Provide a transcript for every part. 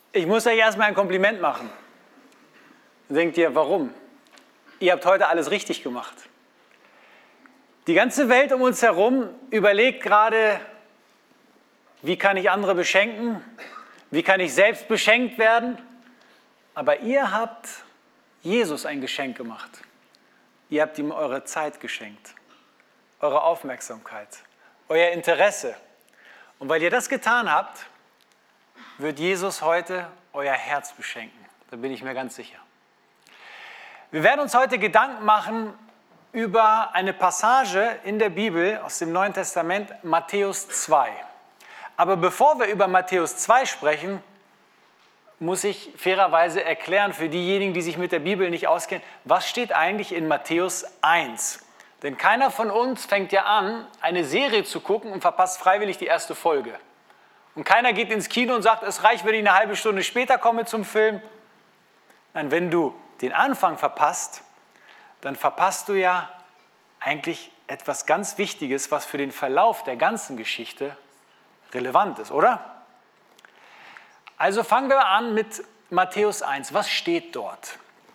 Ich muss euch erstmal ein Kompliment machen. Dann denkt ihr, warum? Ihr habt heute alles richtig gemacht. Die ganze Welt um uns herum überlegt gerade, wie kann ich andere beschenken? Wie kann ich selbst beschenkt werden? Aber ihr habt Jesus ein Geschenk gemacht. Ihr habt ihm eure Zeit geschenkt, eure Aufmerksamkeit, euer Interesse. Und weil ihr das getan habt, wird Jesus heute euer Herz beschenken. Da bin ich mir ganz sicher. Wir werden uns heute Gedanken machen über eine Passage in der Bibel aus dem Neuen Testament, Matthäus 2. Aber bevor wir über Matthäus 2 sprechen, muss ich fairerweise erklären für diejenigen, die sich mit der Bibel nicht auskennen, was steht eigentlich in Matthäus 1? Denn keiner von uns fängt ja an, eine Serie zu gucken und verpasst freiwillig die erste Folge. Und keiner geht ins Kino und sagt, es reicht, wenn ich eine halbe Stunde später komme zum Film. Nein, wenn du den Anfang verpasst, dann verpasst du ja eigentlich etwas ganz Wichtiges, was für den Verlauf der ganzen Geschichte relevant ist, oder? Also fangen wir an mit Matthäus 1. Was steht dort?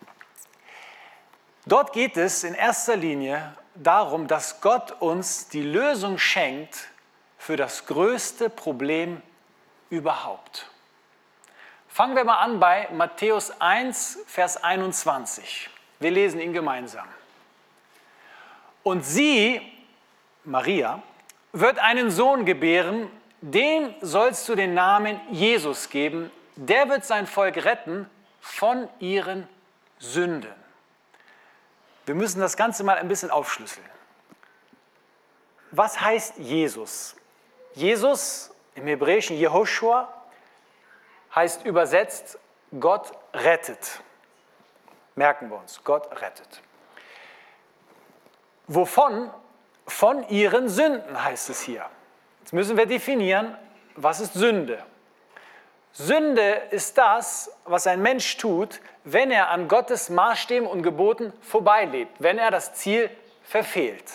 Dort geht es in erster Linie darum, dass Gott uns die Lösung schenkt für das größte Problem überhaupt. Fangen wir mal an bei Matthäus 1, Vers 21. Wir lesen ihn gemeinsam. Und sie, Maria, wird einen Sohn gebären, dem sollst du den Namen Jesus geben. Der wird sein Volk retten von ihren Sünden. Wir müssen das Ganze mal ein bisschen aufschlüsseln. Was heißt Jesus? Jesus, im Hebräischen Jehoshua, heißt übersetzt, Gott rettet. Merken wir uns, Gott rettet. Wovon? Von ihren Sünden heißt es hier. Jetzt müssen wir definieren, was ist Sünde? Sünde ist das, was ein Mensch tut, wenn er an Gottes Maßstäben und Geboten vorbeilebt, wenn er das Ziel verfehlt.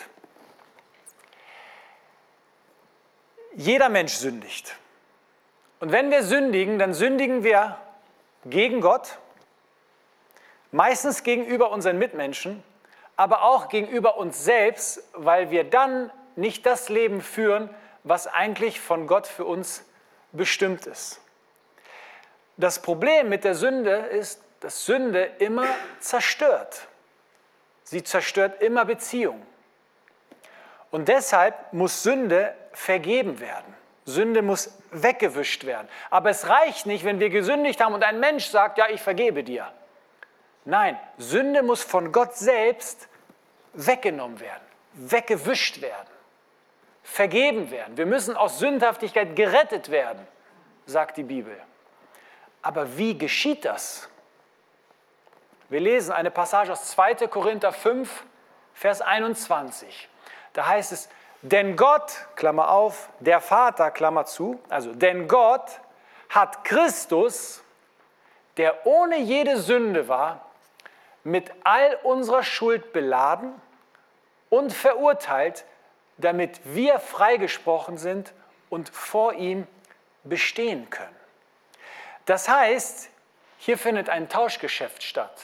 Jeder Mensch sündigt. Und wenn wir sündigen, dann sündigen wir gegen Gott, meistens gegenüber unseren Mitmenschen, aber auch gegenüber uns selbst, weil wir dann nicht das Leben führen, was eigentlich von Gott für uns bestimmt ist. Das Problem mit der Sünde ist, dass Sünde immer zerstört. Sie zerstört immer Beziehungen. Und deshalb muss Sünde vergeben werden. Sünde muss weggewischt werden. Aber es reicht nicht, wenn wir gesündigt haben und ein Mensch sagt, ja, ich vergebe dir. Nein, Sünde muss von Gott selbst weggenommen werden, weggewischt werden, vergeben werden. Wir müssen aus Sündhaftigkeit gerettet werden, sagt die Bibel. Aber wie geschieht das? Wir lesen eine Passage aus 2. Korinther 5, Vers 21. Da heißt es, denn Gott, Klammer auf, der Vater, Klammer zu, also denn Gott hat Christus, der ohne jede Sünde war, mit all unserer Schuld beladen und verurteilt, damit wir freigesprochen sind und vor ihm bestehen können. Das heißt, hier findet ein Tauschgeschäft statt.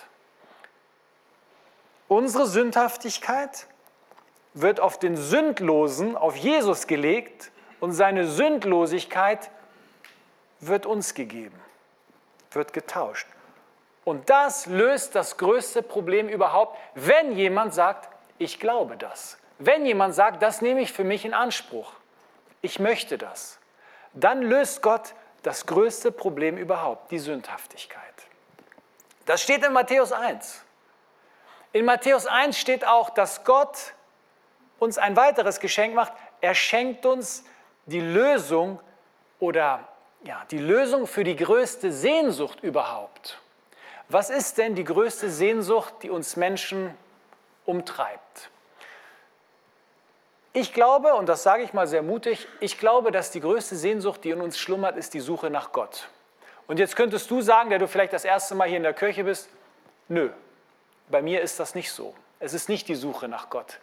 Unsere Sündhaftigkeit wird auf den Sündlosen, auf Jesus gelegt und seine Sündlosigkeit wird uns gegeben, wird getauscht. Und das löst das größte Problem überhaupt, wenn jemand sagt, ich glaube das. Wenn jemand sagt, das nehme ich für mich in Anspruch, ich möchte das, dann löst Gott das größte Problem überhaupt, die Sündhaftigkeit. Das steht in Matthäus 1. In Matthäus 1 steht auch, dass Gott uns ein weiteres Geschenk macht. Er schenkt uns die Lösung die Lösung für die größte Sehnsucht überhaupt. Was ist denn die größte Sehnsucht, die uns Menschen umtreibt? Ich glaube, und das sage ich mal sehr mutig, ich glaube, dass die größte Sehnsucht, die in uns schlummert, ist die Suche nach Gott. Und jetzt könntest du sagen, der du vielleicht das erste Mal hier in der Kirche bist, nö, bei mir ist das nicht so. Es ist nicht die Suche nach Gott.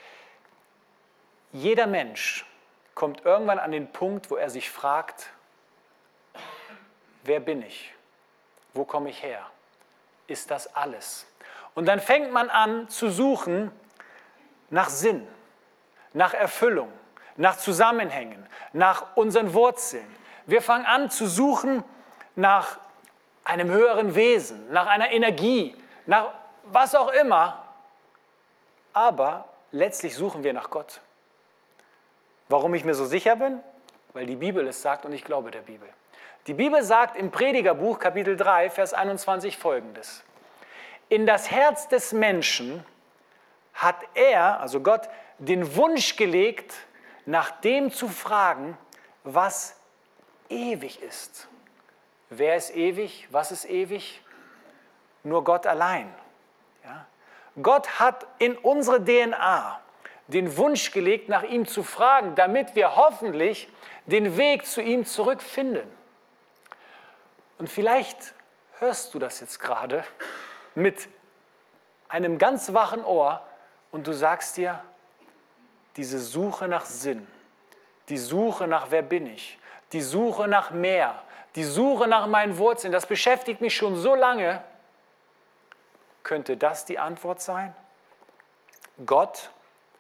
Jeder Mensch kommt irgendwann an den Punkt, wo er sich fragt, wer bin ich? Wo komme ich her? Ist das alles? Und dann fängt man an zu suchen nach Sinn, nach Erfüllung, nach Zusammenhängen, nach unseren Wurzeln. Wir fangen an zu suchen nach einem höheren Wesen, nach einer Energie, nach was auch immer. Aber letztlich suchen wir nach Gott. Warum ich mir so sicher bin? Weil die Bibel es sagt und ich glaube der Bibel. Die Bibel sagt im Predigerbuch Kapitel 3, Vers 21 Folgendes. In das Herz des Menschen hat er, also Gott, den Wunsch gelegt, nach dem zu fragen, was ewig ist. Wer ist ewig? Was ist ewig? Nur Gott allein. Ja? Gott hat in unsere DNA den Wunsch gelegt, nach ihm zu fragen, damit wir hoffentlich den Weg zu ihm zurückfinden. Und vielleicht hörst du das jetzt gerade mit einem ganz wachen Ohr und du sagst dir, diese Suche nach Sinn, die Suche nach wer bin ich, die Suche nach mehr, die Suche nach meinen Wurzeln, das beschäftigt mich schon so lange. Könnte das die Antwort sein? Gott?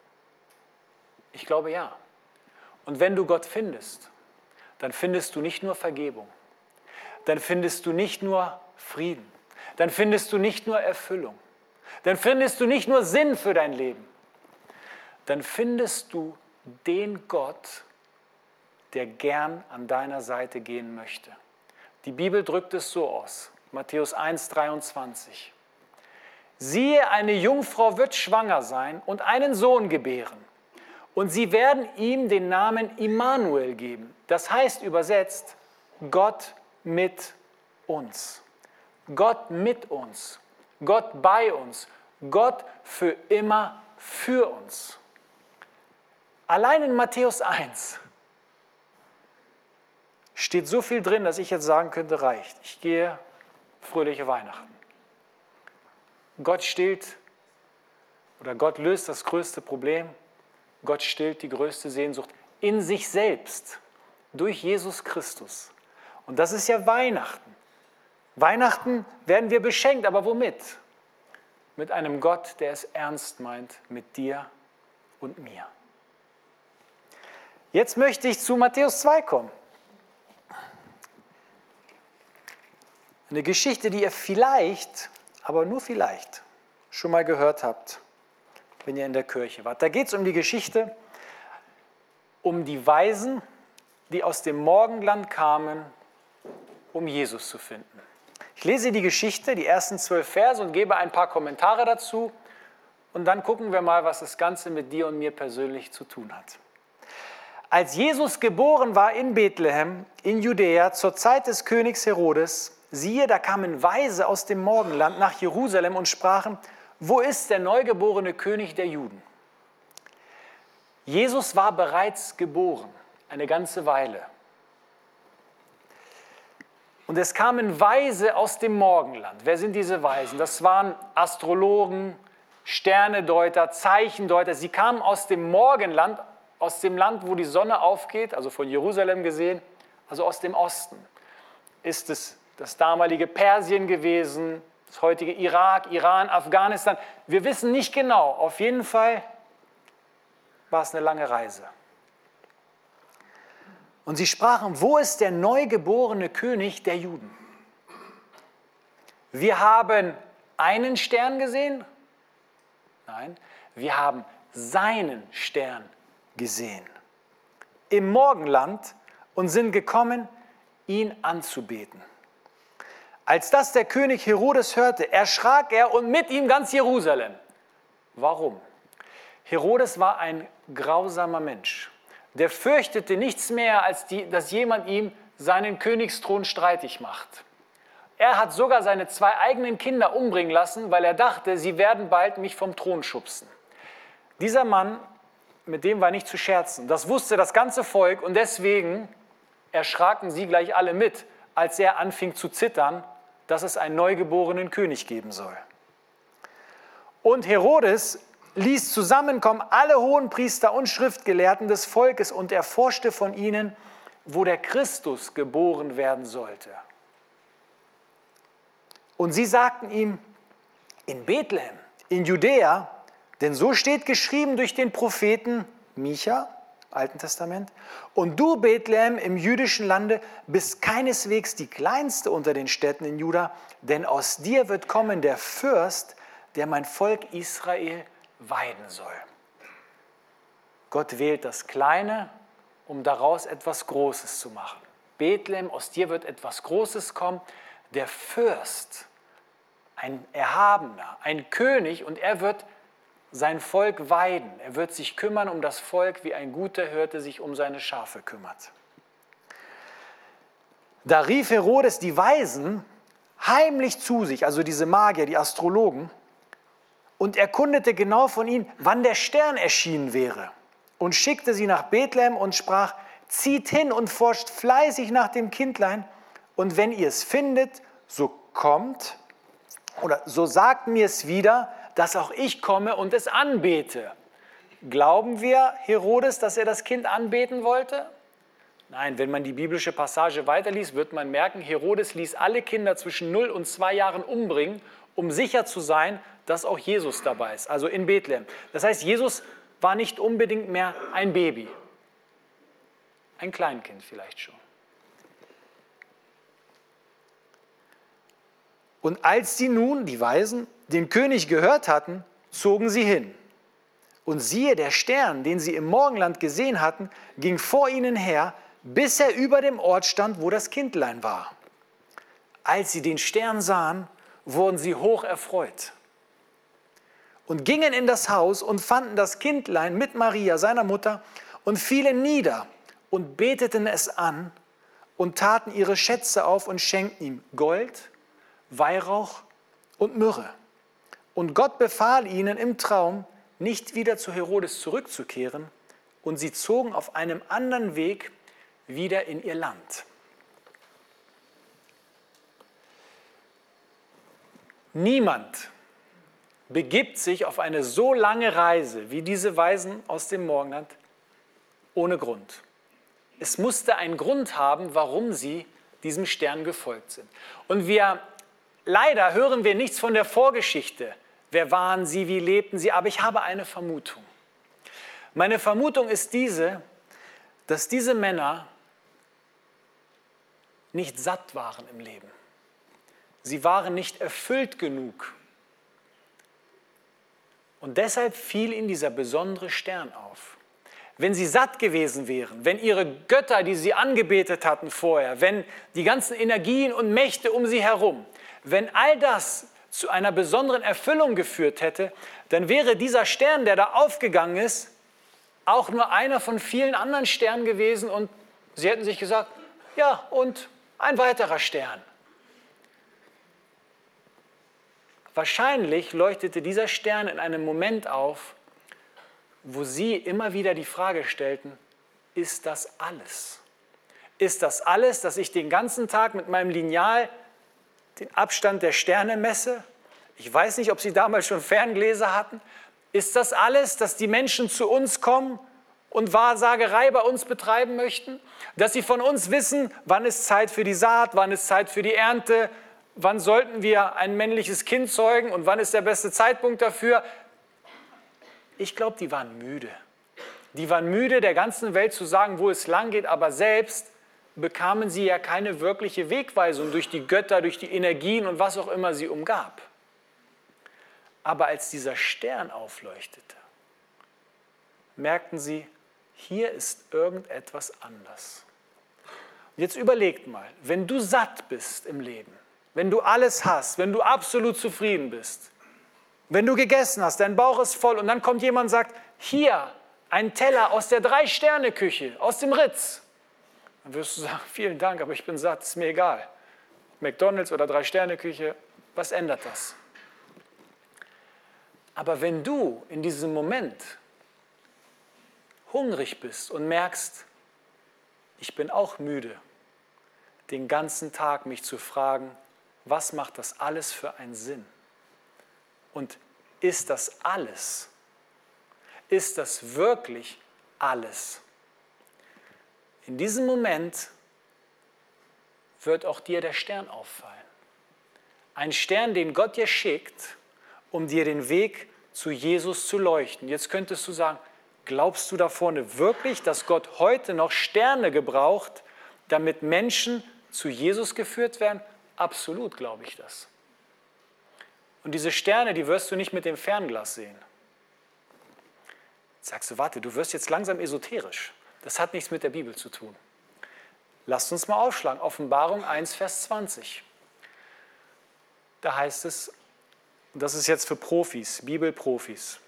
Ich glaube ja. Und wenn du Gott findest, dann findest du nicht nur Vergebung, dann findest du nicht nur Frieden, dann findest du nicht nur Erfüllung, dann findest du nicht nur Sinn für dein Leben, dann findest du den Gott, der gern an deiner Seite gehen möchte. Die Bibel drückt es so aus, Matthäus 1, 23. Siehe, eine Jungfrau wird schwanger sein und einen Sohn gebären. Und sie werden ihm den Namen Immanuel geben. Das heißt übersetzt, Gott mit uns. Gott mit uns. Gott bei uns. Gott für immer für uns. Allein in Matthäus 1 steht so viel drin, dass ich jetzt sagen könnte, reicht. Ich gehe fröhliche Weihnachten. Gott stillt oder Gott löst das größte Problem. Gott stillt die größte Sehnsucht in sich selbst durch Jesus Christus. Und das ist ja Weihnachten. Weihnachten werden wir beschenkt, aber womit? Mit einem Gott, der es ernst meint mit dir und mir. Jetzt möchte ich zu Matthäus 2 kommen. Eine Geschichte, die ihr vielleicht, aber nur vielleicht, schon mal gehört habt, wenn ihr in der Kirche wart. Da geht es um die Geschichte, um die Weisen, die aus dem Morgenland kamen, um Jesus zu finden. Ich lese die Geschichte, die ersten 12 Verse und gebe ein paar Kommentare dazu und dann gucken wir mal, was das Ganze mit dir und mir persönlich zu tun hat. Als Jesus geboren war in Bethlehem, in Judäa, zur Zeit des Königs Herodes, siehe, da kamen Weise aus dem Morgenland nach Jerusalem und sprachen, wo ist der neugeborene König der Juden? Jesus war bereits geboren, eine ganze Weile. Und es kamen Weise aus dem Morgenland. Wer sind diese Weisen? Das waren Astrologen, Sternedeuter, Zeichendeuter. Sie kamen aus dem Morgenland, aus dem Land, wo die Sonne aufgeht, also von Jerusalem gesehen, also aus dem Osten. Ist es das damalige Persien gewesen, das heutige Irak, Iran, Afghanistan? Wir wissen nicht genau. Auf jeden Fall war es eine lange Reise. Und sie sprachen, wo ist der neugeborene König der Juden? Wir haben einen Stern gesehen? Nein, wir haben seinen Stern gesehen. Im Morgenland und sind gekommen, ihn anzubeten. Als das der König Herodes hörte, erschrak er und mit ihm ganz Jerusalem. Warum? Herodes war ein grausamer Mensch. Der fürchtete nichts mehr, als dass jemand ihm seinen Königsthron streitig macht. Er hat sogar seine 2 eigenen Kinder umbringen lassen, weil er dachte, sie werden bald mich vom Thron schubsen. Dieser Mann, mit dem war nicht zu scherzen. Das wusste das ganze Volk und deswegen erschraken sie gleich alle mit, als er anfing zu zittern, dass es einen neugeborenen König geben soll. Und Herodes ließ zusammenkommen alle Hohenpriester und Schriftgelehrten des Volkes und erforschte von ihnen, wo der Christus geboren werden sollte. Und sie sagten ihm, in Bethlehem, in Judäa, denn so steht geschrieben durch den Propheten Micha, Alten Testament, und du, Bethlehem, im jüdischen Lande, bist keineswegs die kleinste unter den Städten in Juda, denn aus dir wird kommen der Fürst, der mein Volk Israel weiden soll. Gott wählt das Kleine, um daraus etwas Großes zu machen. Bethlehem, aus dir wird etwas Großes kommen, der Fürst, ein Erhabener, ein König, und er wird sein Volk weiden. Er wird sich kümmern um das Volk, wie ein guter Hirte sich um seine Schafe kümmert. Da rief Herodes die Weisen heimlich zu sich, also diese Magier, die Astrologen, und erkundete genau von ihnen, wann der Stern erschienen wäre, und schickte sie nach Bethlehem und sprach, zieht hin und forscht fleißig nach dem Kindlein, und wenn ihr es findet, so kommt, oder so sagt mir es wieder, dass auch ich komme und es anbete. Glauben wir Herodes, dass er das Kind anbeten wollte? Nein, wenn man die biblische Passage weiterliest, wird man merken, Herodes ließ alle Kinder zwischen 0 und 2 Jahren umbringen, um sicher zu sein, dass auch Jesus dabei ist, also in Bethlehem. Das heißt, Jesus war nicht unbedingt mehr ein Baby, ein Kleinkind vielleicht schon. Und als sie nun, die Weisen, den König gehört hatten, zogen sie hin. Und siehe, der Stern, den sie im Morgenland gesehen hatten, ging vor ihnen her, bis er über dem Ort stand, wo das Kindlein war. Als sie den Stern sahen, wurden sie hoch erfreut und gingen in das Haus und fanden das Kindlein mit Maria, seiner Mutter, und fielen nieder und beteten es an und taten ihre Schätze auf und schenkten ihm Gold, Weihrauch und Myrrhe. Und Gott befahl ihnen im Traum, nicht wieder zu Herodes zurückzukehren, und sie zogen auf einem anderen Weg wieder in ihr Land. Niemand begibt sich auf eine so lange Reise wie diese Weisen aus dem Morgenland ohne Grund. Es musste einen Grund haben, warum sie diesem Stern gefolgt sind. Und leider hören wir nichts von der Vorgeschichte. Wer waren sie, wie lebten sie? Aber ich habe eine Vermutung. Meine Vermutung ist diese, dass diese Männer nicht satt waren im Leben. Sie waren nicht erfüllt genug. Und deshalb fiel ihnen dieser besondere Stern auf. Wenn sie satt gewesen wären, wenn ihre Götter, die sie angebetet hatten vorher, wenn die ganzen Energien und Mächte um sie herum, wenn all das zu einer besonderen Erfüllung geführt hätte, dann wäre dieser Stern, der da aufgegangen ist, auch nur einer von vielen anderen Sternen gewesen, und sie hätten sich gesagt, ja, und ein weiterer Stern. Wahrscheinlich leuchtete dieser Stern in einem Moment auf, wo sie immer wieder die Frage stellten, ist das alles? Ist das alles, dass ich den ganzen Tag mit meinem Lineal den Abstand der Sterne messe? Ich weiß nicht, ob sie damals schon Ferngläser hatten. Ist das alles, dass die Menschen zu uns kommen und Wahrsagerei bei uns betreiben möchten? Dass sie von uns wissen, wann ist Zeit für die Saat, wann ist Zeit für die Ernte, wann sollten wir ein männliches Kind zeugen und wann ist der beste Zeitpunkt dafür? Ich glaube, die waren müde. Die waren müde, der ganzen Welt zu sagen, wo es lang geht, aber selbst bekamen sie ja keine wirkliche Wegweisung durch die Götter, durch die Energien und was auch immer sie umgab. Aber als dieser Stern aufleuchtete, merkten sie, hier ist irgendetwas anders. Und jetzt überlegt mal, wenn du satt bist im Leben, wenn du alles hast, wenn du absolut zufrieden bist, wenn du gegessen hast, dein Bauch ist voll und dann kommt jemand und sagt, hier, ein Teller aus der 3-Sterne-Küche, aus dem Ritz. Dann wirst du sagen, vielen Dank, aber ich bin satt, ist mir egal. McDonald's oder 3-Sterne-Küche, was ändert das? Aber wenn du in diesem Moment hungrig bist und merkst, ich bin auch müde, den ganzen Tag mich zu fragen, was macht das alles für einen Sinn? Und ist das alles? Ist das wirklich alles? In diesem Moment wird auch dir der Stern auffallen. Ein Stern, den Gott dir schickt, um dir den Weg zu Jesus zu leuchten. Jetzt könntest du sagen, glaubst du da vorne wirklich, dass Gott heute noch Sterne gebraucht, damit Menschen zu Jesus geführt werden? Absolut glaube ich das. Und diese Sterne, die wirst du nicht mit dem Fernglas sehen. Jetzt sagst du, warte, du wirst jetzt langsam esoterisch. Das hat nichts mit der Bibel zu tun. Lasst uns mal aufschlagen. Offenbarung 1, Vers 20. Da heißt es, das ist jetzt für Profis, Bibelprofis.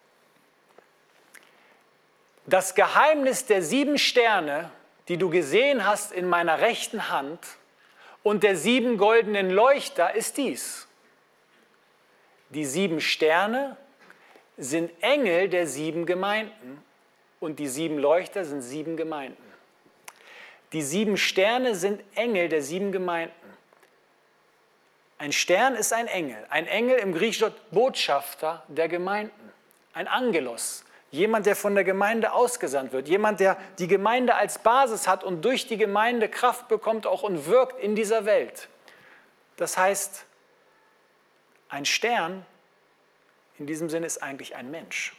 Das Geheimnis der 7 Sterne, die du gesehen hast in meiner rechten Hand und der 7 goldenen Leuchter ist dies. Die 7 Sterne sind Engel der 7 Gemeinden und die 7 Leuchter sind 7 Gemeinden. Die 7 Sterne sind Engel der 7 Gemeinden. Ein Stern ist ein Engel. Ein Engel im Griechischen Botschafter der Gemeinden. Ein Angelos. Jemand, der von der Gemeinde ausgesandt wird. Jemand, der die Gemeinde als Basis hat und durch die Gemeinde Kraft bekommt auch und wirkt in dieser Welt. Das heißt, ein Stern in diesem Sinne ist eigentlich ein Mensch.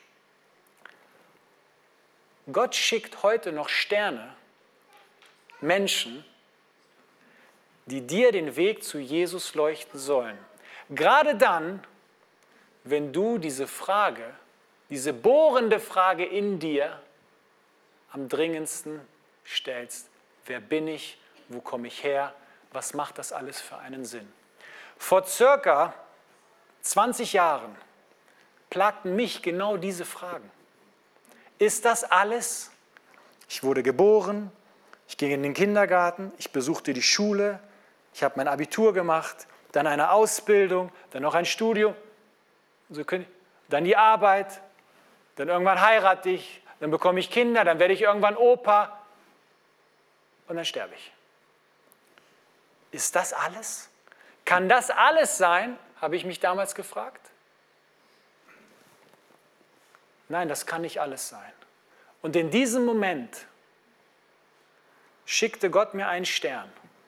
Gott schickt heute noch Sterne, Menschen, die dir den Weg zu Jesus leuchten sollen. Gerade dann, wenn du diese Frage, diese bohrende Frage in dir am dringendsten stellst. Wer bin ich? Wo komme ich her? Was macht das alles für einen Sinn? Vor circa 20 Jahren plagten mich genau diese Fragen. Ist das alles? Ich wurde geboren, ich ging in den Kindergarten, ich besuchte die Schule, ich habe mein Abitur gemacht, dann eine Ausbildung, dann noch ein Studium, dann die Arbeit, dann irgendwann heirate ich, dann bekomme ich Kinder, dann werde ich irgendwann Opa und dann sterbe ich. Ist das alles? Kann das alles sein? Habe ich mich damals gefragt. Nein, das kann nicht alles sein. Und in diesem Moment schickte Gott mir einen Stern,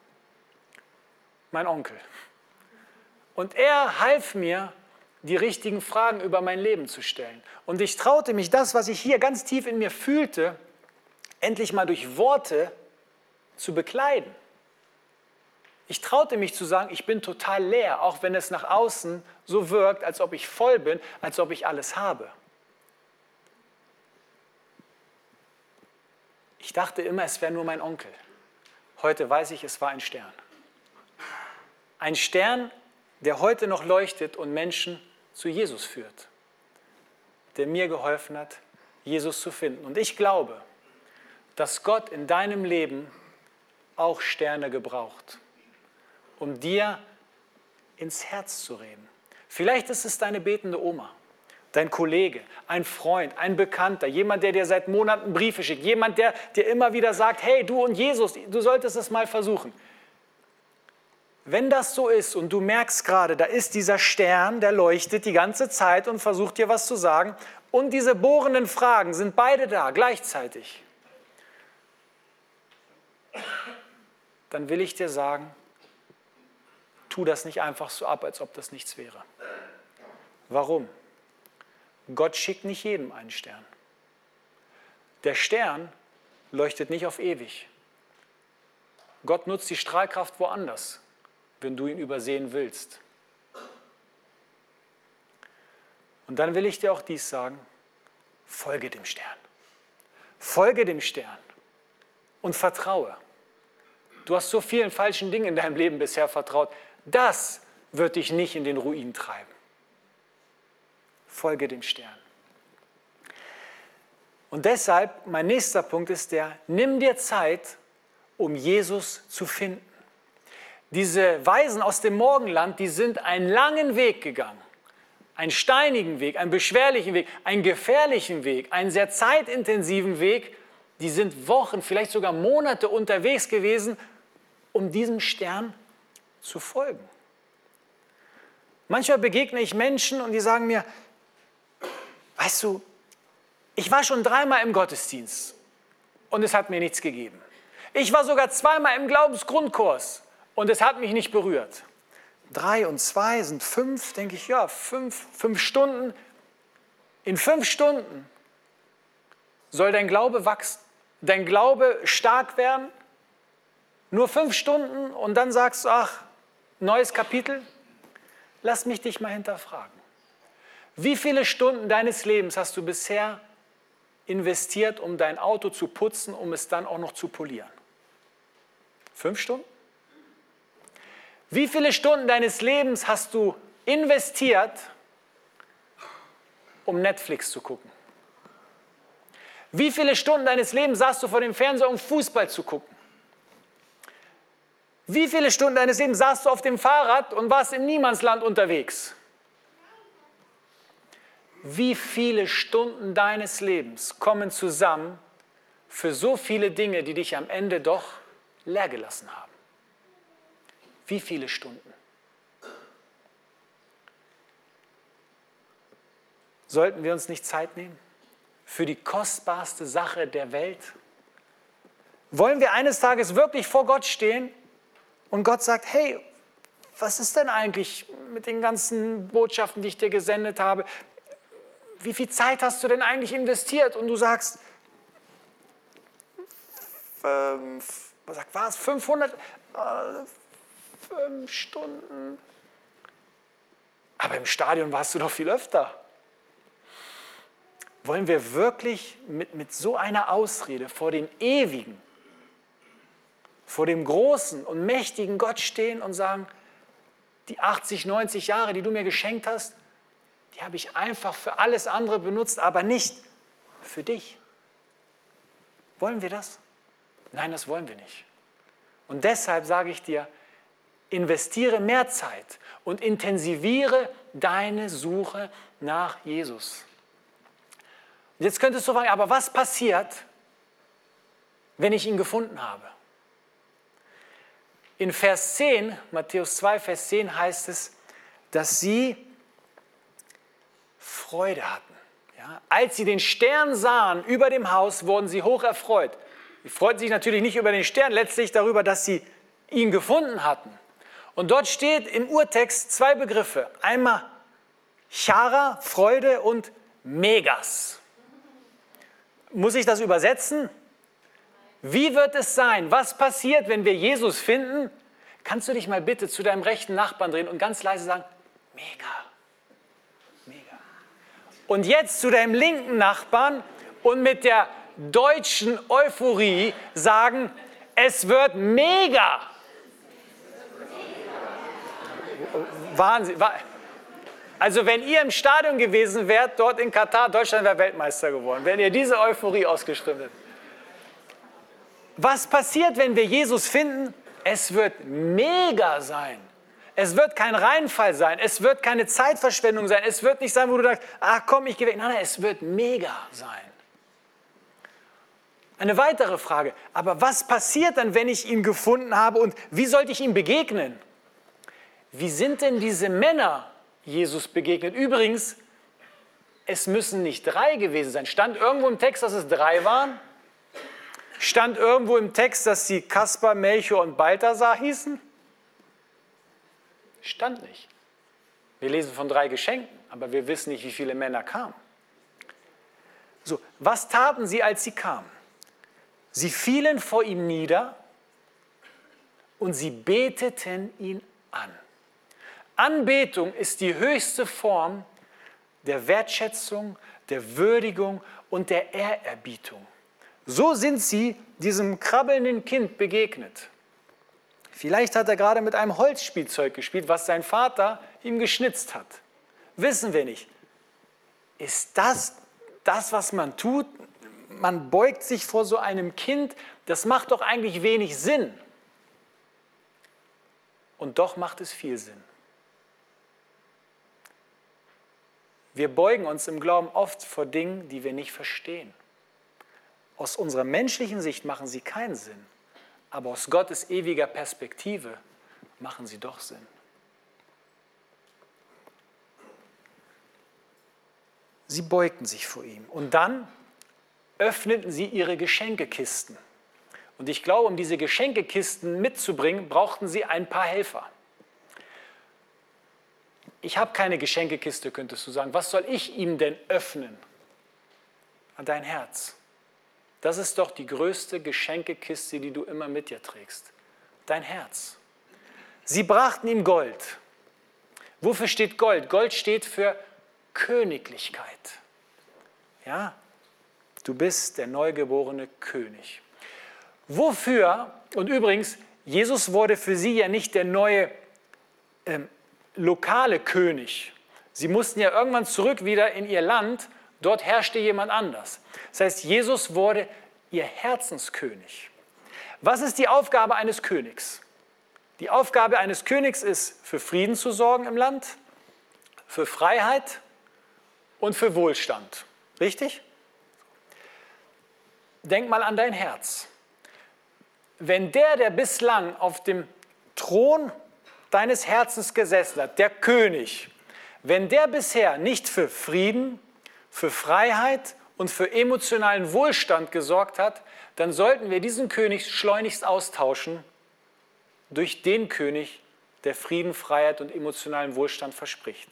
mein Onkel. Und er half mir, die richtigen Fragen über mein Leben zu stellen. Und ich traute mich, das, was ich hier ganz tief in mir fühlte, endlich mal durch Worte zu bekleiden. Ich traute mich zu sagen, ich bin total leer, auch wenn es nach außen so wirkt, als ob ich voll bin, als ob ich alles habe. Ich dachte immer, es wäre nur mein Onkel. Heute weiß ich, es war ein Stern. Ein Stern, der heute noch leuchtet und Menschen zu Jesus führt, der mir geholfen hat, Jesus zu finden. Und ich glaube, dass Gott in deinem Leben auch Sterne gebraucht, um dir ins Herz zu reden. Vielleicht ist es deine betende Oma, dein Kollege, ein Freund, ein Bekannter, jemand, der dir seit Monaten Briefe schickt, jemand, der dir immer wieder sagt, hey, du und Jesus, du solltest es mal versuchen. Wenn das so ist und du merkst gerade, da ist dieser Stern, der leuchtet die ganze Zeit und versucht dir was zu sagen und diese bohrenden Fragen sind beide da, gleichzeitig, dann will ich dir sagen, tu das nicht einfach so ab, als ob das nichts wäre. Warum? Gott schickt nicht jedem einen Stern. Der Stern leuchtet nicht auf ewig. Gott nutzt die Strahlkraft woanders, wenn du ihn übersehen willst. Und dann will ich dir auch dies sagen, folge dem Stern. Folge dem Stern und vertraue. Du hast so vielen falschen Dingen in deinem Leben bisher vertraut. Das wird dich nicht in den Ruin treiben. Folge dem Stern. Und deshalb, mein nächster Punkt ist der, nimm dir Zeit, um Jesus zu finden. Diese Weisen aus dem Morgenland, die sind einen langen Weg gegangen. Einen steinigen Weg, einen beschwerlichen Weg, einen gefährlichen Weg, einen sehr zeitintensiven Weg. Die sind Wochen, vielleicht sogar Monate unterwegs gewesen, um diesem Stern zu folgen. Manchmal begegne ich Menschen und die sagen mir, weißt du, ich war schon 3-mal im Gottesdienst und es hat mir nichts gegeben. Ich war sogar 2-mal im Glaubensgrundkurs und es hat mich nicht berührt. 3 und 2 sind 5, denke ich, ja, 5 Stunden. In 5 Stunden soll dein Glaube wachsen, dein Glaube stark werden. Nur 5 Stunden und dann sagst du, ach, neues Kapitel. Lass mich dich mal hinterfragen. Wie viele Stunden deines Lebens hast du bisher investiert, um dein Auto zu putzen, um es dann auch noch zu polieren? 5 Stunden? Wie viele Stunden deines Lebens hast du investiert, um Netflix zu gucken? Wie viele Stunden deines Lebens saßt du vor dem Fernseher, um Fußball zu gucken? Wie viele Stunden deines Lebens saßt du auf dem Fahrrad und warst im Niemandsland unterwegs? Wie viele Stunden deines Lebens kommen zusammen für so viele Dinge, die dich am Ende doch leer gelassen haben? Wie viele Stunden? Sollten wir uns nicht Zeit nehmen für die kostbarste Sache der Welt? Wollen wir eines Tages wirklich vor Gott stehen und Gott sagt, hey, was ist denn eigentlich mit den ganzen Botschaften, die ich dir gesendet habe? Wie viel Zeit hast du denn eigentlich investiert? Und du sagst, was, 500 Stunden? Aber im Stadion warst du doch viel öfter. Wollen wir wirklich mit so einer Ausrede vor dem Ewigen, vor dem großen und mächtigen Gott stehen und sagen, die 80, 90 Jahre, die du mir geschenkt hast, die habe ich einfach für alles andere benutzt, aber nicht für dich. Wollen wir das? Nein, das wollen wir nicht. Und deshalb sage ich dir, investiere mehr Zeit und intensiviere deine Suche nach Jesus. Und jetzt könntest du fragen, aber was passiert, wenn ich ihn gefunden habe? In Vers 10, Matthäus 2, Vers 10 heißt es, dass sie Freude hatten. Ja, als sie den Stern sahen über dem Haus, wurden sie hoch erfreut. Sie freuten sich natürlich nicht über den Stern, letztlich darüber, dass sie ihn gefunden hatten. Und dort steht im Urtext 2 Begriffe. Einmal Chara, Freude und Megas. Muss ich das übersetzen? Wie wird es sein? Was passiert, wenn wir Jesus finden? Kannst du dich mal bitte zu deinem rechten Nachbarn drehen und ganz leise sagen, mega, mega. Und jetzt zu deinem linken Nachbarn und mit der deutschen Euphorie sagen, es wird mega. Wahnsinn. Also wenn ihr im Stadion gewesen wärt, dort in Katar, Deutschland wäre Weltmeister geworden, wenn ihr diese Euphorie ausgeströmt hättet. Was passiert, wenn wir Jesus finden? Es wird mega sein. Es wird kein Reinfall sein. Es wird keine Zeitverschwendung sein. Es wird nicht sein, wo du sagst, ach komm, ich gehe weg. Nein, es wird mega sein. Eine weitere Frage. Aber was passiert dann, wenn ich ihn gefunden habe und wie sollte ich ihm begegnen? Wie sind denn diese Männer Jesus begegnet? Übrigens, es müssen nicht 3 gewesen sein. Stand irgendwo im Text, dass es 3 waren? Stand irgendwo im Text, dass sie Kaspar, Melchior und Balthasar hießen? Stand nicht. Wir lesen von 3 Geschenken, aber wir wissen nicht, wie viele Männer kamen. So, was taten sie, als sie kamen? Sie fielen vor ihm nieder und sie beteten ihn an. Anbetung ist die höchste Form der Wertschätzung, der Würdigung und der Ehrerbietung. So sind sie diesem krabbelnden Kind begegnet. Vielleicht hat er gerade mit einem Holzspielzeug gespielt, was sein Vater ihm geschnitzt hat. Wissen wir nicht. Ist das, was man tut? Man beugt sich vor so einem Kind. Das macht doch eigentlich wenig Sinn. Und doch macht es viel Sinn. Wir beugen uns im Glauben oft vor Dingen, die wir nicht verstehen. Aus unserer menschlichen Sicht machen sie keinen Sinn, aber aus Gottes ewiger Perspektive machen sie doch Sinn. Sie beugten sich vor ihm und dann öffneten sie ihre Geschenkekisten. Und ich glaube, um diese Geschenkekisten mitzubringen, brauchten sie ein paar Helfer. ich habe keine Geschenkekiste, könntest du sagen. Was soll ich ihm denn öffnen? An dein Herz. Das ist doch die größte Geschenkekiste, die du immer mit dir trägst. Dein Herz. Sie brachten ihm Gold. Wofür steht Gold? Gold steht für Königlichkeit. Ja, du bist der neugeborene König. Wofür? Und übrigens, Jesus wurde für sie ja nicht der neue lokale König. Sie mussten ja irgendwann zurück wieder in ihr Land. Dort herrschte jemand anders. Das heißt, Jesus wurde ihr Herzenskönig. Was ist die Aufgabe eines Königs? Die Aufgabe eines Königs ist, für Frieden zu sorgen im Land, für Freiheit und für Wohlstand. Richtig? Denk mal an dein Herz. Wenn der bislang auf dem Thron deines Herzens gesessen hat, der König, wenn der bisher nicht für Frieden, für Freiheit und für emotionalen Wohlstand gesorgt hat, dann sollten wir diesen König schleunigst austauschen durch den König, der Frieden, Freiheit und emotionalen Wohlstand verspricht.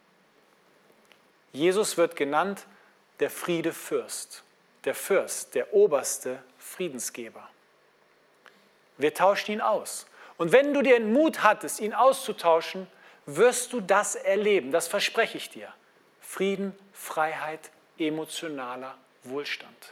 Jesus wird genannt der Friedefürst, der oberste Friedensgeber. Wir tauschen ihn aus. Und wenn du den Mut hattest, ihn auszutauschen, wirst du das erleben, das verspreche ich dir. Frieden, Freiheit, emotionaler Wohlstand.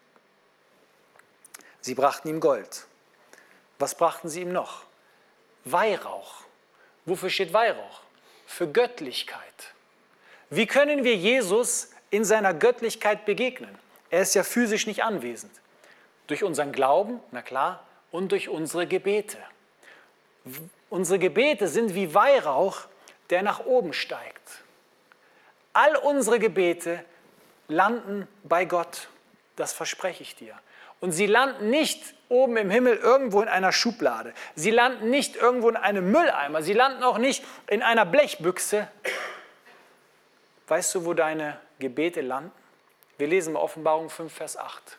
Sie brachten ihm Gold. Was brachten sie ihm noch? Weihrauch. Wofür steht Weihrauch? Für Göttlichkeit. Wie können wir Jesus in seiner Göttlichkeit begegnen? Er ist ja physisch nicht anwesend. Durch unseren Glauben, na klar, und durch unsere Gebete. Unsere Gebete sind wie Weihrauch, der nach oben steigt. All unsere Gebete landen bei Gott, das verspreche ich dir. Und sie landen nicht oben im Himmel irgendwo in einer Schublade. Sie landen nicht irgendwo in einem Mülleimer. Sie landen auch nicht in einer Blechbüchse. Weißt du, wo deine Gebete landen? Wir lesen mal Offenbarung 5, Vers 8.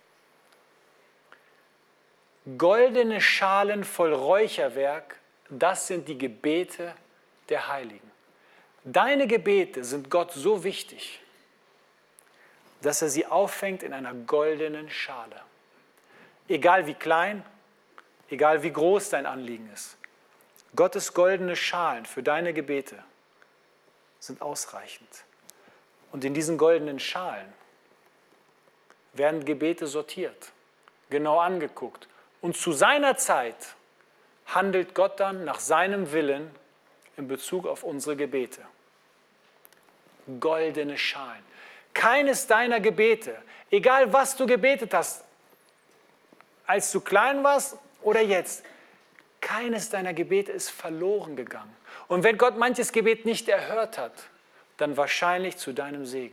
Goldene Schalen voll Räucherwerk, das sind die Gebete der Heiligen. Deine Gebete sind Gott so wichtig, dass er sie auffängt in einer goldenen Schale. Egal wie klein, egal wie groß dein Anliegen ist. Gottes goldene Schalen für deine Gebete sind ausreichend. Und in diesen goldenen Schalen werden Gebete sortiert, genau angeguckt. Und zu seiner Zeit handelt Gott dann nach seinem Willen in Bezug auf unsere Gebete. Goldene Schalen. Keines deiner Gebete, egal was du gebetet hast, als du klein warst oder jetzt, keines deiner Gebete ist verloren gegangen. Und wenn Gott manches Gebet nicht erhört hat, dann wahrscheinlich zu deinem Segen.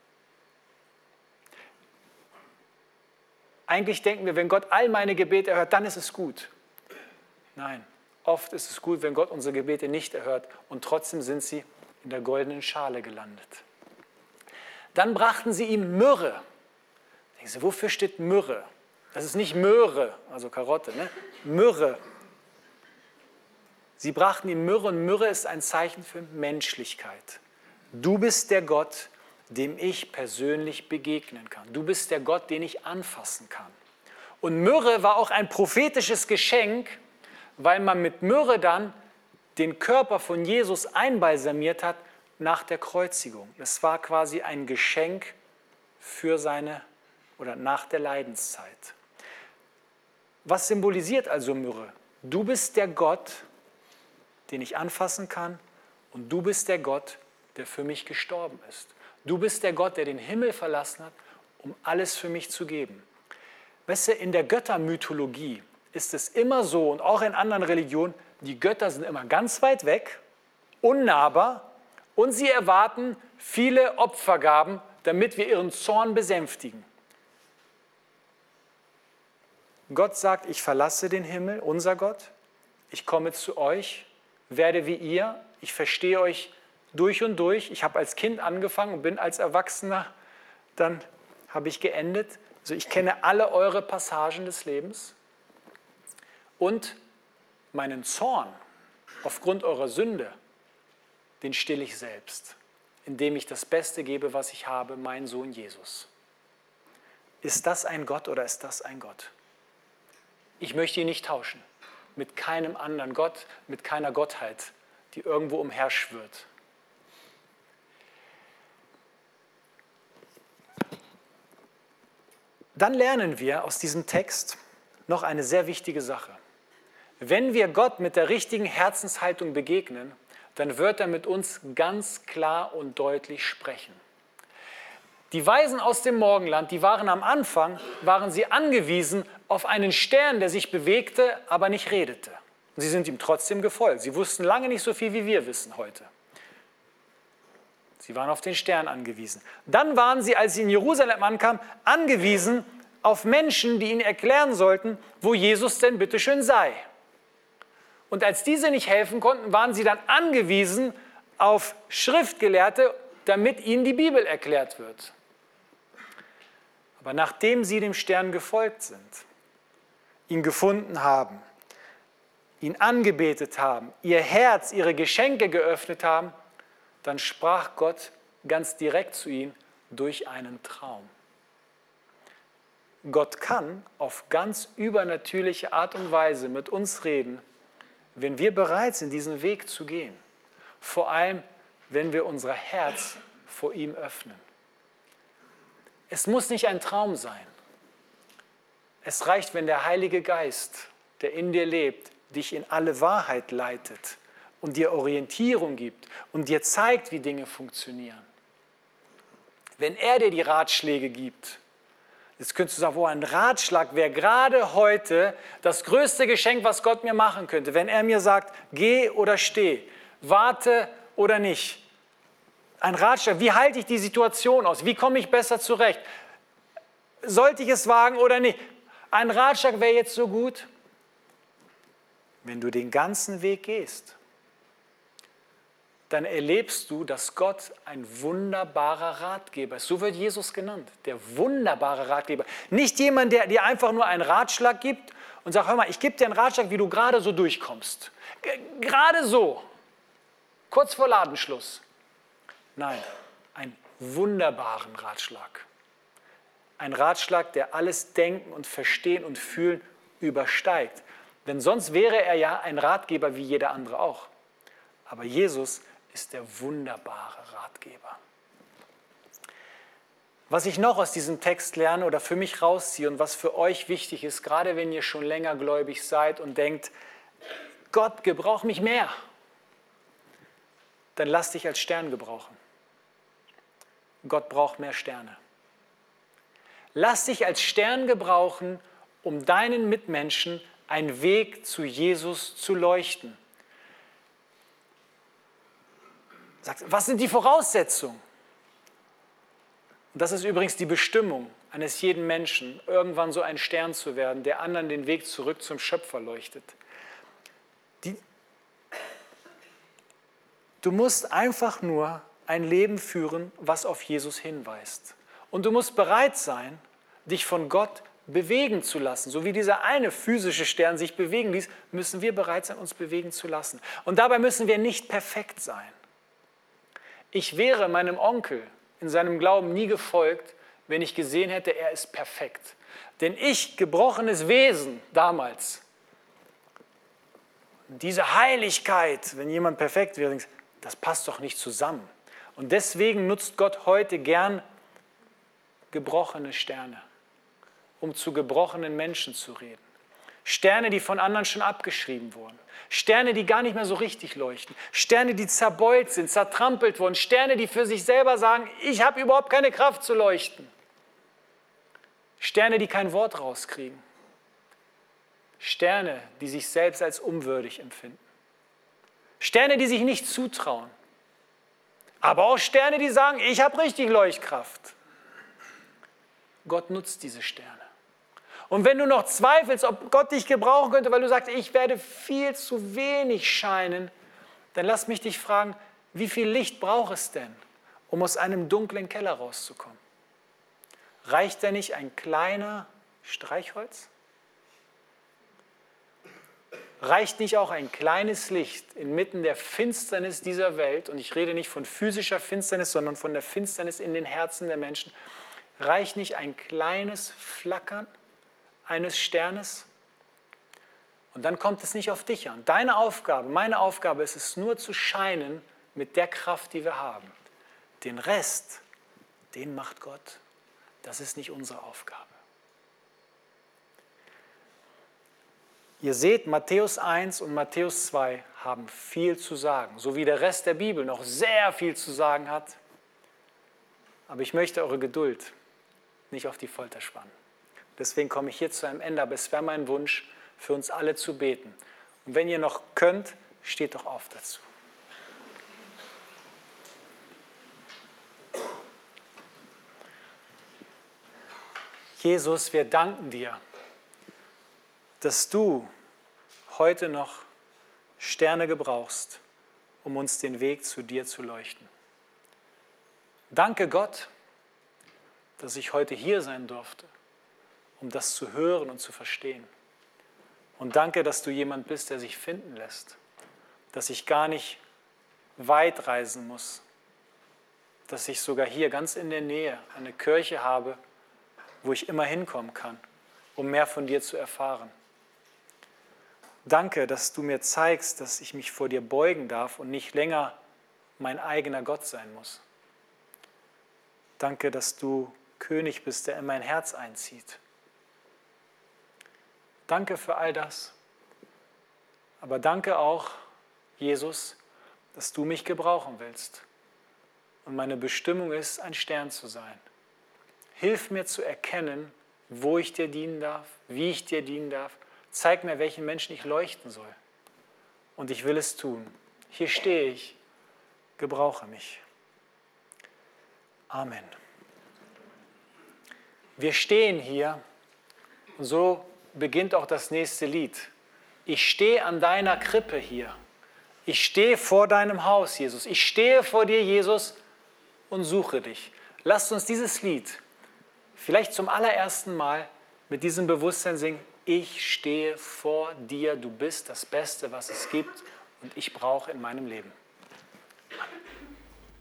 Eigentlich denken wir, wenn Gott all meine Gebete erhört, dann ist es gut. Nein, oft ist es gut, wenn Gott unsere Gebete nicht erhört und trotzdem sind sie in der goldenen Schale gelandet. Dann brachten sie ihm Myrrhe. Denken Sie, wofür steht Myrrhe? Das ist nicht Möhre, also Karotte, ne? Myrrhe. Sie brachten ihm Myrrhe und Myrrhe ist ein Zeichen für Menschlichkeit. Du bist der Gott, dem ich persönlich begegnen kann. Du bist der Gott, den ich anfassen kann. Und Myrrhe war auch ein prophetisches Geschenk, weil man mit Myrrhe dann den Körper von Jesus einbalsamiert hat nach der Kreuzigung. Es war quasi ein Geschenk für seine oder nach der Leidenszeit. Was symbolisiert also Myrrhe? Du bist der Gott, den ich anfassen kann, und du bist der Gott, der für mich gestorben ist. Du bist der Gott, der den Himmel verlassen hat, um alles für mich zu geben. Weißt du, in der Göttermythologie ist es immer so, und auch in anderen Religionen, die Götter sind immer ganz weit weg, unnahbar, und sie erwarten viele Opfergaben, damit wir ihren Zorn besänftigen. Gott sagt, ich verlasse den Himmel, unser Gott, ich komme zu euch, werde wie ihr, ich verstehe euch durch und durch. Ich habe als Kind angefangen und bin als Erwachsener, dann habe ich geendet. Also ich kenne alle eure Passagen des Lebens und meinen Zorn aufgrund eurer Sünde, den still ich selbst, indem ich das Beste gebe, was ich habe, meinen Sohn Jesus. Ist das ein Gott oder ist das ein Gott? Ich möchte ihn nicht tauschen mit keinem anderen Gott, mit keiner Gottheit, die irgendwo umherschwirrt. Dann lernen wir aus diesem Text noch eine sehr wichtige Sache. Wenn wir Gott mit der richtigen Herzenshaltung begegnen, dann wird er mit uns ganz klar und deutlich sprechen. Die Weisen aus dem Morgenland, die waren am Anfang, waren sie angewiesen auf einen Stern, der sich bewegte, aber nicht redete. Und sie sind ihm trotzdem gefolgt. Sie wussten lange nicht so viel, wie wir wissen heute. Sie waren auf den Stern angewiesen. Dann waren sie, als sie in Jerusalem ankamen, angewiesen auf Menschen, die ihnen erklären sollten, wo Jesus denn bitteschön sei. Und als diese nicht helfen konnten, waren sie dann angewiesen auf Schriftgelehrte, damit ihnen die Bibel erklärt wird. Aber nachdem sie dem Stern gefolgt sind, ihn gefunden haben, ihn angebetet haben, ihr Herz, ihre Geschenke geöffnet haben, dann sprach Gott ganz direkt zu ihnen durch einen Traum. Gott kann auf ganz übernatürliche Art und Weise mit uns reden, wenn wir bereit sind, diesen Weg zu gehen. Vor allem, wenn wir unser Herz vor ihm öffnen. Es muss nicht ein Traum sein. Es reicht, wenn der Heilige Geist, der in dir lebt, dich in alle Wahrheit leitet und dir Orientierung gibt und dir zeigt, wie Dinge funktionieren. Wenn er dir die Ratschläge gibt, jetzt könntest du sagen, ein Ratschlag wäre gerade heute das größte Geschenk, was Gott mir machen könnte. Wenn er mir sagt, geh oder steh, warte oder nicht. Ein Ratschlag, wie halte ich die Situation aus? Wie komme ich besser zurecht? Sollte ich es wagen oder nicht? Ein Ratschlag wäre jetzt so gut, wenn du den ganzen Weg gehst. Dann erlebst du, dass Gott ein wunderbarer Ratgeber ist. So wird Jesus genannt, der wunderbare Ratgeber. Nicht jemand, der dir einfach nur einen Ratschlag gibt und sagt, hör mal, ich gebe dir einen Ratschlag, wie du gerade so durchkommst. Gerade so, kurz vor Ladenschluss. Nein, einen wunderbaren Ratschlag. Ein Ratschlag, der alles Denken und Verstehen und Fühlen übersteigt. Denn sonst wäre er ja ein Ratgeber wie jeder andere auch. Aber Jesus ist der wunderbare Ratgeber. Was ich noch aus diesem Text lerne oder für mich rausziehe und was für euch wichtig ist, gerade wenn ihr schon länger gläubig seid und denkt, Gott, gebrauch mich mehr, dann lass dich als Stern gebrauchen. Gott braucht mehr Sterne. Lass dich als Stern gebrauchen, um deinen Mitmenschen einen Weg zu Jesus zu leuchten. Was sind die Voraussetzungen? Und das ist übrigens die Bestimmung eines jeden Menschen, irgendwann so ein Stern zu werden, der anderen den Weg zurück zum Schöpfer leuchtet. Du musst einfach nur ein Leben führen, was auf Jesus hinweist. Und du musst bereit sein, dich von Gott bewegen zu lassen. So wie dieser eine physische Stern sich bewegen ließ, müssen wir bereit sein, uns bewegen zu lassen. Und dabei müssen wir nicht perfekt sein. Ich wäre meinem Onkel in seinem Glauben nie gefolgt, wenn ich gesehen hätte, er ist perfekt. Denn ich, gebrochenes Wesen damals, diese Heiligkeit, wenn jemand perfekt wäre, das passt doch nicht zusammen. Und deswegen nutzt Gott heute gern gebrochene Sterne, um zu gebrochenen Menschen zu reden. Sterne, die von anderen schon abgeschrieben wurden. Sterne, die gar nicht mehr so richtig leuchten. Sterne, die zerbeult sind, zertrampelt wurden. Sterne, die für sich selber sagen, ich habe überhaupt keine Kraft zu leuchten. Sterne, die kein Wort rauskriegen. Sterne, die sich selbst als unwürdig empfinden. Sterne, die sich nicht zutrauen. Aber auch Sterne, die sagen, ich habe richtig Leuchtkraft. Gott nutzt diese Sterne. Und wenn du noch zweifelst, ob Gott dich gebrauchen könnte, weil du sagst, ich werde viel zu wenig scheinen, dann lass mich dich fragen, wie viel Licht braucht es denn, um aus einem dunklen Keller rauszukommen? Reicht denn nicht ein kleiner Streichholz? Reicht nicht auch ein kleines Licht inmitten der Finsternis dieser Welt, und ich rede nicht von physischer Finsternis, sondern von der Finsternis in den Herzen der Menschen, reicht nicht ein kleines Flackern eines Sternes? Und dann kommt es nicht auf dich an. Deine Aufgabe, meine Aufgabe ist es nur zu scheinen mit der Kraft, die wir haben. Den Rest, den macht Gott. Das ist nicht unsere Aufgabe. Ihr seht, Matthäus 1 und Matthäus 2 haben viel zu sagen, so wie der Rest der Bibel noch sehr viel zu sagen hat. Aber ich möchte eure Geduld nicht auf die Folter spannen. Deswegen komme ich hier zu einem Ende, aber es wäre mein Wunsch, für uns alle zu beten. Und wenn ihr noch könnt, steht doch auf dazu. Jesus, wir danken dir, dass du heute noch Sterne gebrauchst, um uns den Weg zu dir zu leuchten. Danke Gott, dass ich heute hier sein durfte, um das zu hören und zu verstehen. Und danke, dass du jemand bist, der sich finden lässt, dass ich gar nicht weit reisen muss, dass ich sogar hier ganz in der Nähe eine Kirche habe, wo ich immer hinkommen kann, um mehr von dir zu erfahren. Danke, dass du mir zeigst, dass ich mich vor dir beugen darf und nicht länger mein eigener Gott sein muss. Danke, dass du König bist, der in mein Herz einzieht. Danke für all das. Aber danke auch, Jesus, dass du mich gebrauchen willst. Und meine Bestimmung ist, ein Stern zu sein. Hilf mir zu erkennen, wo ich dir dienen darf, wie ich dir dienen darf. Zeig mir, welchen Menschen ich leuchten soll. Und ich will es tun. Hier stehe ich. Gebrauche mich. Amen. Wir stehen hier und so beginnt auch das nächste Lied. Ich stehe an deiner Krippe hier. Ich stehe vor deinem Haus, Jesus. Ich stehe vor dir, Jesus, und suche dich. Lasst uns dieses Lied vielleicht zum allerersten Mal mit diesem Bewusstsein singen. Ich stehe vor dir, du bist das Beste, was es gibt, und ich brauche in meinem Leben. Amen.